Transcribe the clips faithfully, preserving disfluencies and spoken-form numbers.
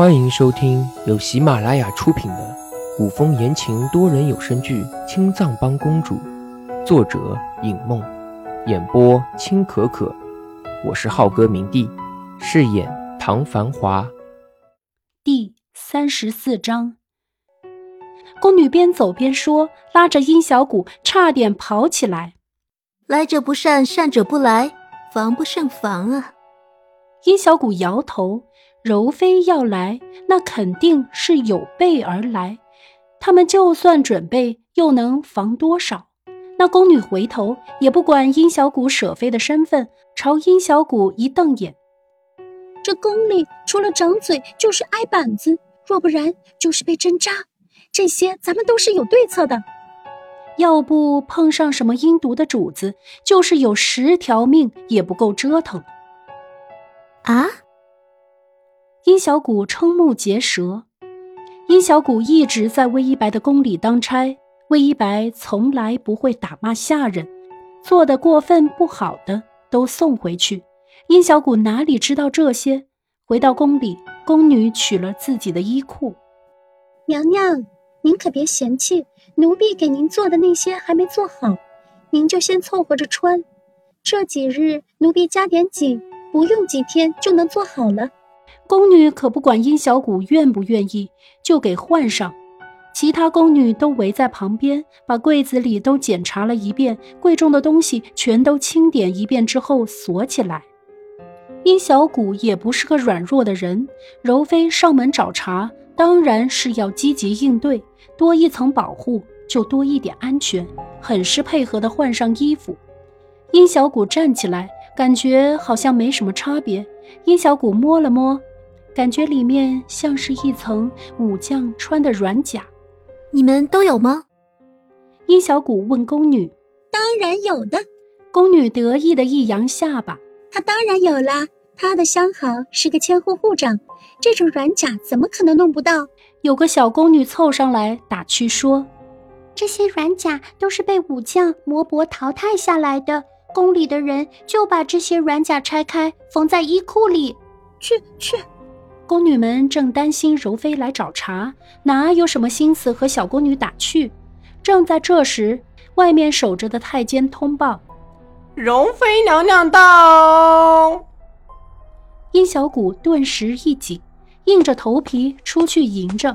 欢迎收听由喜马拉雅出品的古风言情多人有声剧《青藏帮公主》，作者尹梦，演播青可可。我是浩哥明帝，饰演唐繁华。 第三十四章，宫女边走边说，拉着殷小谷差点跑起来。 来者不善，善者不来，防不胜防啊。 殷小谷摇头，柔妃要来，那肯定是有备而来，他们就算准备，又能防多少？那宫女回头也不管殷小谷舍妃的身份，朝殷小谷一瞪眼。 这宫里除了长嘴就是挨板子，若不然就是被针扎，这些咱们都是有对策的。 要不碰上什么阴毒的主子，就是有十条命也不够折腾。 啊？ 殷小谷瞠目结舌。殷小谷一直在魏一白的宫里当差，魏一白从来不会打骂下人，做得过分不好的都送回去。殷小谷哪里知道这些，回到宫里，宫女取了自己的衣裤。 娘娘，您可别嫌弃，奴婢给您做的那些还没做好，您就先凑合着穿，这几日奴婢加点紧，不用几天就能做好了。 宫女可不管殷小谷愿不愿意，就给换上。其他宫女都围在旁边，把柜子里都检查了一遍，贵重的东西全都清点一遍之后锁起来。殷小谷也不是个软弱的人，柔妃上门找茬，当然是要积极应对，多一层保护就多一点安全，很是配合地换上衣服。殷小谷站起来，感觉好像没什么差别。殷小谷摸了摸，感觉里面像是一层武将穿的软甲。 你们都有吗？ 殷小谷问宫女。 当然有的。 宫女得意的一扬下巴。 他当然有啦，他的相好是个千户户长，这种软甲怎么可能弄不到？ 有个小宫女凑上来打趣说， 这些软甲都是被武将魔伯淘汰下来的，宫里的人就把这些软甲拆开缝在衣裤里。 去去！ 宫女们正担心柔妃来找茬，哪有什么心思和小宫女打趣。正在这时，外面守着的太监通报， 容妃娘娘到。 殷小谷顿时一紧，硬着头皮出去迎着。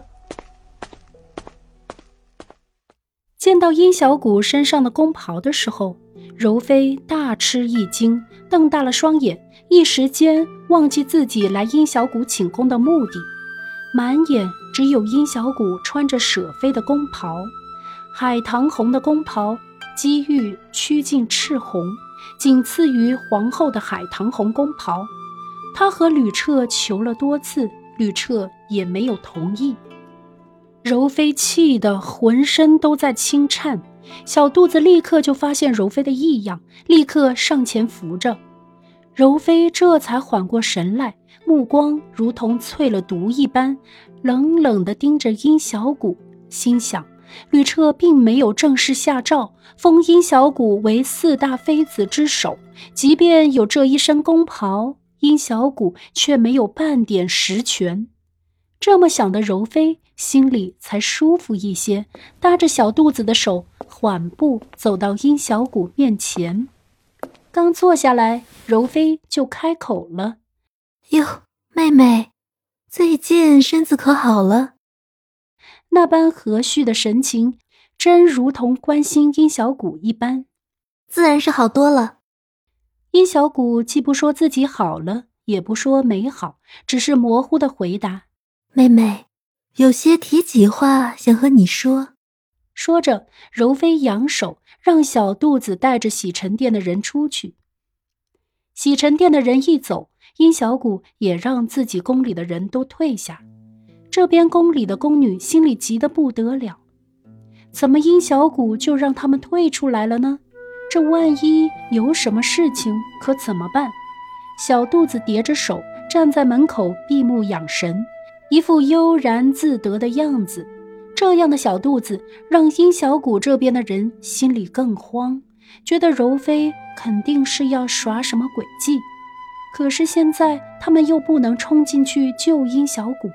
见到殷小谷身上的宫袍的时候，柔妃大吃一惊，瞪大了双眼，一时间忘记自己来殷小谷请功的目的，满眼只有殷小谷穿着舍妃的宫袍，海棠红的宫袍，积玉趋近赤红，仅次于皇后的海棠红宫袍。他和吕彻求了多次，吕彻也没有同意。柔妃气得浑身都在轻颤，小肚子立刻就发现柔妃的异样，立刻上前扶着。柔妃这才缓过神来，目光如同淬了毒一般，冷冷地盯着殷小谷，心想吕彻并没有正式下诏封殷小谷为四大妃子之首，即便有这一身宫袍，殷小谷却没有半点实权。这么想的柔妃心里才舒服一些，搭着小肚子的手缓步走到殷小谷面前。刚坐下来，柔妃就开口了， 哟，妹妹，最近身子可好了？ 那般和煦的神情，真如同关心殷小谷一般。 自然是好多了。 殷小谷既不说自己好了，也不说没好，只是模糊地回答， 妹妹，有些提己话想和你说。 说着，柔妃扬手让小肚子带着洗尘殿的人出去。洗尘殿的人一走，殷小谷也让自己宫里的人都退下。这边宫里的宫女心里急得不得了，怎么殷小谷就让他们退出来了呢？这万一有什么事情可怎么办？小肚子叠着手站在门口闭目养神，一副悠然自得的样子。这样的小肚子让殷小谷这边的人心里更慌，觉得柔妃肯定是要耍什么诡计。可是现在他们又不能冲进去救殷小谷，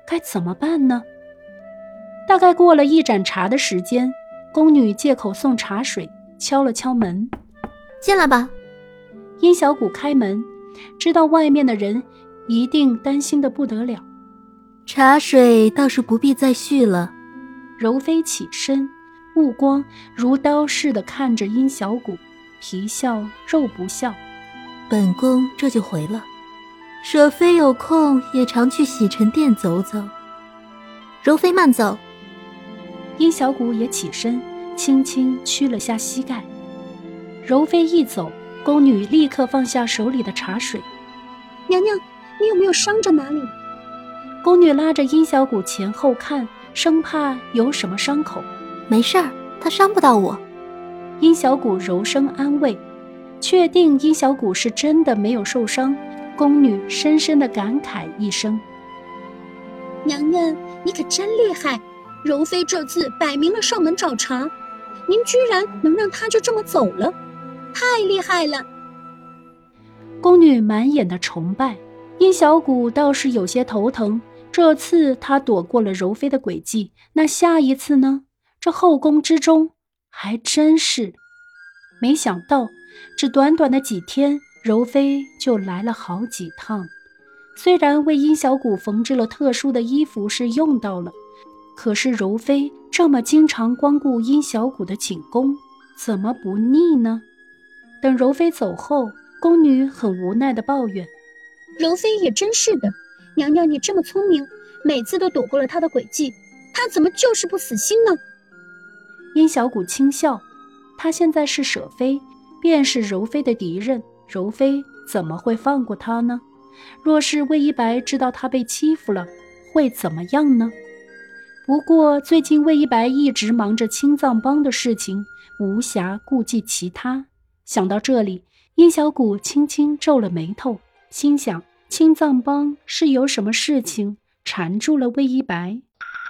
该怎么办呢？大概过了一盏茶的时间，宫女借口送茶水，敲了敲门。 进来吧。 殷小谷开门，知道外面的人一定担心得不得了。 茶水倒是不必再续了。 柔妃起身，目光如刀似的看着殷小谷，皮笑肉不笑。 本宫这就回了，舍妃有空也常去洗尘殿走走。柔妃慢走。 殷小谷也起身，轻轻屈了下膝盖。柔妃一走，宫女立刻放下手里的茶水。 娘娘，你有没有伤着哪里？ 宫女拉着殷小谷前后看，生怕有什么伤口。 没事儿，他伤不到我。 殷小谷柔声安慰。确定殷小谷是真的没有受伤，宫女深深地感慨一声： 娘娘，你可真厉害！柔妃这次摆明了上门找茬，您居然能让她就这么走了，太厉害了！ 宫女满眼的崇拜。殷小谷倒是有些头疼，这次她躲过了柔妃的诡计，那下一次呢？这后宫之中还真是……没想到只短短的几天，柔妃就来了好几趟。虽然为殷小谷缝制了特殊的衣服是用到了，可是柔妃这么经常光顾殷小谷的寝宫，怎么不腻呢？等柔妃走后，宫女很无奈地抱怨： 柔妃也真是的，娘娘你这么聪明，每次都躲过了她的诡计，她怎么就是不死心呢？ 殷小谷轻笑，她现在是舍妃，便是柔妃的敌人，柔妃怎么会放过她呢？若是魏一白知道她被欺负了，会怎么样呢？不过最近魏一白一直忙着青藏帮的事情，无暇顾及其他。想到这里，殷小谷轻轻皱了眉头，心想青藏帮是有什么事情缠住了魏一白。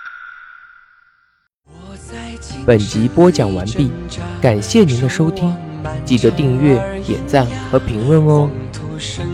本集播讲完毕，感谢您的收听，记得订阅、点赞和评论哦。